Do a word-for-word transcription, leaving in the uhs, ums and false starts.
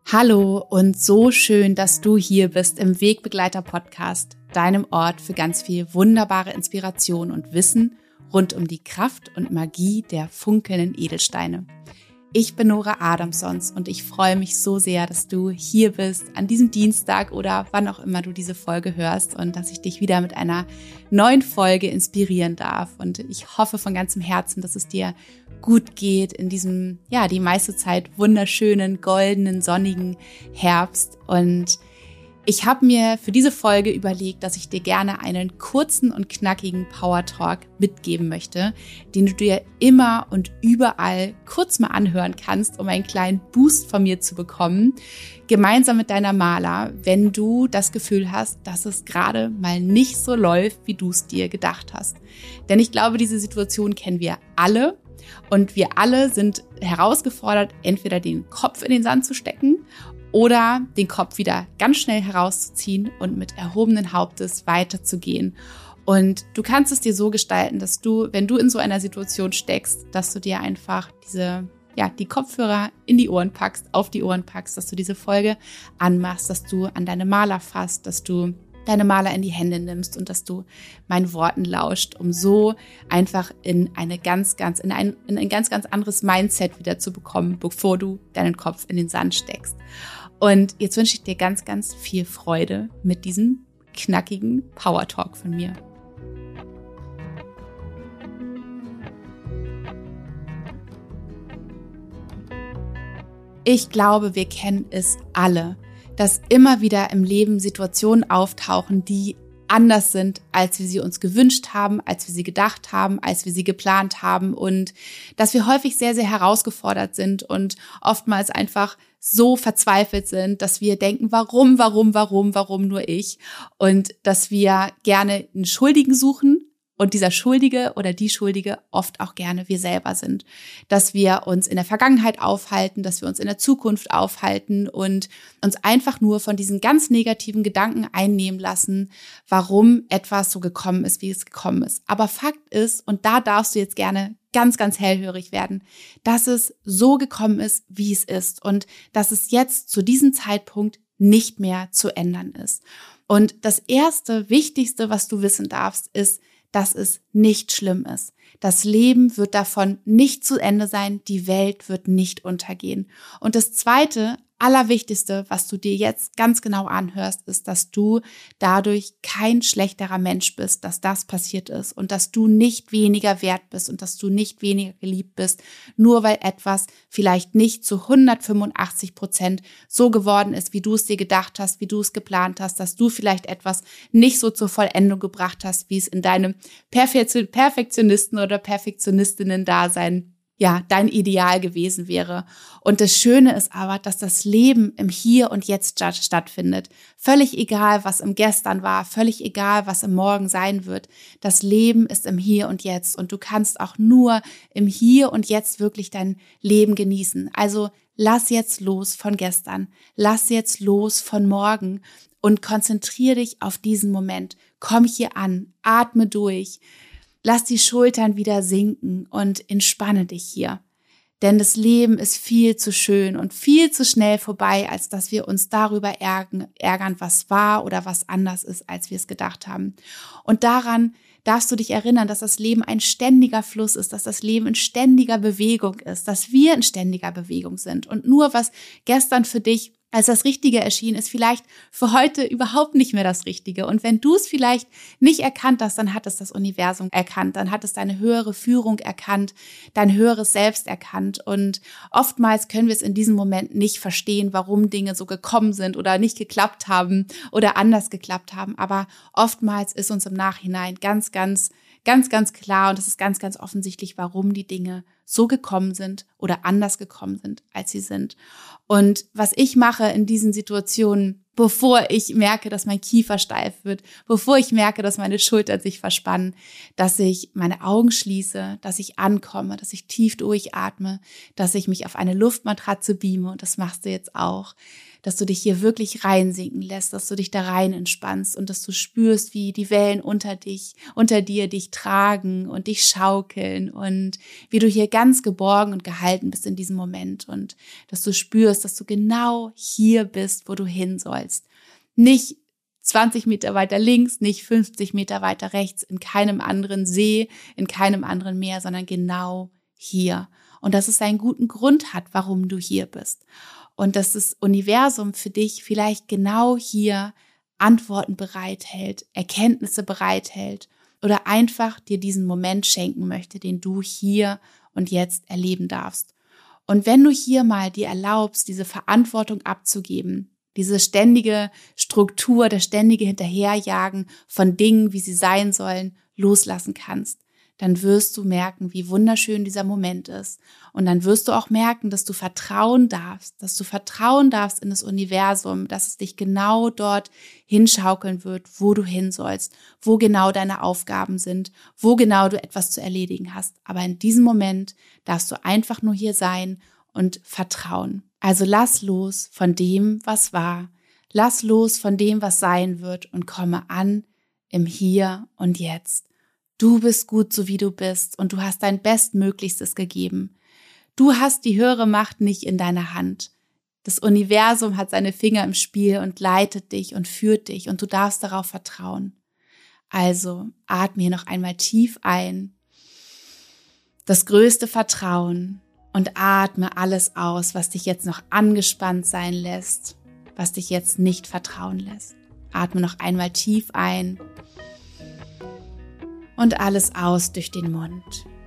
Hallo und so schön, dass du hier bist im Wegbegleiter-Podcast, deinem Ort für ganz viel wunderbare Inspiration und Wissen rund um die Kraft und Magie der funkelnden Edelsteine. Ich bin Nora Adamsons und ich freue mich so sehr, dass du hier bist an diesem Dienstag oder wann auch immer du diese Folge hörst und dass ich dich wieder mit einer neuen Folge inspirieren darf. Und ich hoffe von ganzem Herzen, dass es dir gut geht in diesem, ja, die meiste Zeit wunderschönen, goldenen, sonnigen Herbst. Und ich habe mir für diese Folge überlegt, dass ich dir gerne einen kurzen und knackigen Power Talk mitgeben möchte, den du dir immer und überall kurz mal anhören kannst, um einen kleinen Boost von mir zu bekommen, gemeinsam mit deiner Maler, wenn du das Gefühl hast, dass es gerade mal nicht so läuft, wie du es dir gedacht hast. Denn ich glaube, diese Situation kennen wir alle. Und wir alle sind herausgefordert, entweder den Kopf in den Sand zu stecken oder den Kopf wieder ganz schnell herauszuziehen und mit erhobenen Hauptes weiterzugehen. Und du kannst es dir so gestalten, dass du, wenn du in so einer Situation steckst, dass du dir einfach diese, ja, die Kopfhörer in die Ohren packst, auf die Ohren packst, dass du diese Folge anmachst, dass du an deine Maler fasst, dass du deine Maler in die Hände nimmst und dass du meinen Worten lauscht, um so einfach in eine ganz, ganz, in ein, in ein ganz, ganz anderes Mindset wieder zu bekommen, bevor du deinen Kopf in den Sand steckst. Und jetzt wünsche ich dir ganz, ganz viel Freude mit diesem knackigen Power Talk von mir. Ich glaube, wir kennen es alle, dass immer wieder im Leben Situationen auftauchen, die anders sind, als wir sie uns gewünscht haben, als wir sie gedacht haben, als wir sie geplant haben und dass wir häufig sehr, sehr herausgefordert sind und oftmals einfach so verzweifelt sind, dass wir denken, warum, warum, warum, warum nur ich? Und dass wir gerne einen Schuldigen suchen. Und dieser Schuldige oder die Schuldige oft auch gerne wir selber sind. Dass wir uns in der Vergangenheit aufhalten, dass wir uns in der Zukunft aufhalten und uns einfach nur von diesen ganz negativen Gedanken einnehmen lassen, warum etwas so gekommen ist, wie es gekommen ist. Aber Fakt ist, und da darfst du jetzt gerne ganz, ganz hellhörig werden, dass es so gekommen ist, wie es ist und dass es jetzt zu diesem Zeitpunkt nicht mehr zu ändern ist. Und das erste, wichtigste, was du wissen darfst, ist, dass es nicht schlimm ist. Das Leben wird davon nicht zu Ende sein, die Welt wird nicht untergehen. Und das Zweite, Allerwichtigste, was du dir jetzt ganz genau anhörst, ist, dass du dadurch kein schlechterer Mensch bist, dass das passiert ist und dass du nicht weniger wert bist und dass du nicht weniger geliebt bist, nur weil etwas vielleicht nicht zu hundertfünfundachtzig Prozent so geworden ist, wie du es dir gedacht hast, wie du es geplant hast, dass du vielleicht etwas nicht so zur Vollendung gebracht hast, wie es in deinem Perfektionisten- oder Perfektionistinnen-Dasein ja, dein Ideal gewesen wäre. Und das Schöne ist aber, dass das Leben im Hier und Jetzt stattfindet. Völlig egal, was im Gestern war, völlig egal, was im Morgen sein wird. Das Leben ist im Hier und Jetzt und du kannst auch nur im Hier und Jetzt wirklich dein Leben genießen. Also lass jetzt los von gestern, lass jetzt los von morgen und konzentriere dich auf diesen Moment. Komm hier an, atme durch. Lass die Schultern wieder sinken und entspanne dich hier. Denn das Leben ist viel zu schön und viel zu schnell vorbei, als dass wir uns darüber ärgern, was war oder was anders ist, als wir es gedacht haben. Und daran darfst du dich erinnern, dass das Leben ein ständiger Fluss ist, dass das Leben in ständiger Bewegung ist, dass wir in ständiger Bewegung sind. Und nur was gestern für dich als das Richtige erschien, ist vielleicht für heute überhaupt nicht mehr das Richtige. Und wenn du es vielleicht nicht erkannt hast, dann hat es das Universum erkannt, dann hat es deine höhere Führung erkannt, dein höheres Selbst erkannt. Und oftmals können wir es in diesem Moment nicht verstehen, warum Dinge so gekommen sind oder nicht geklappt haben oder anders geklappt haben. Aber oftmals ist uns im Nachhinein ganz, ganz Ganz, ganz klar und es ist ganz, ganz offensichtlich, warum die Dinge so gekommen sind oder anders gekommen sind, als sie sind. Und was ich mache in diesen Situationen, bevor ich merke, dass mein Kiefer steif wird, bevor ich merke, dass meine Schultern sich verspannen, dass ich meine Augen schließe, dass ich ankomme, dass ich tief durchatme, dass ich mich auf eine Luftmatratze beame und das machst du jetzt auch, dass du dich hier wirklich reinsinken lässt, dass du dich da rein entspannst und dass du spürst, wie die Wellen unter dich, unter dir dich tragen und dich schaukeln und wie du hier ganz geborgen und gehalten bist in diesem Moment und dass du spürst, dass du genau hier bist, wo du hin sollst. Nicht zwanzig Meter weiter links, nicht fünfzig Meter weiter rechts, in keinem anderen See, in keinem anderen Meer, sondern genau hier. Und dass es einen guten Grund hat, warum du hier bist. Und dass das Universum für dich vielleicht genau hier Antworten bereithält, Erkenntnisse bereithält oder einfach dir diesen Moment schenken möchte, den du hier und jetzt erleben darfst. Und wenn du hier mal dir erlaubst, diese Verantwortung abzugeben, diese ständige Struktur, das ständige Hinterherjagen von Dingen, wie sie sein sollen, loslassen kannst, dann wirst du merken, wie wunderschön dieser Moment ist. Und dann wirst du auch merken, dass du vertrauen darfst, dass du vertrauen darfst in das Universum, dass es dich genau dort hinschaukeln wird, wo du hin sollst, wo genau deine Aufgaben sind, wo genau du etwas zu erledigen hast. Aber in diesem Moment darfst du einfach nur hier sein und vertrauen. Also lass los von dem, was war. Lass los von dem, was sein wird und komme an im Hier und Jetzt. Du bist gut, so wie du bist und du hast dein Bestmöglichstes gegeben. Du hast die höhere Macht nicht in deiner Hand. Das Universum hat seine Finger im Spiel und leitet dich und führt dich und du darfst darauf vertrauen. Also atme hier noch einmal tief ein. Das größte Vertrauen. Und atme alles aus, was dich jetzt noch angespannt sein lässt, was dich jetzt nicht vertrauen lässt. Atme noch einmal tief ein und alles aus durch den Mund.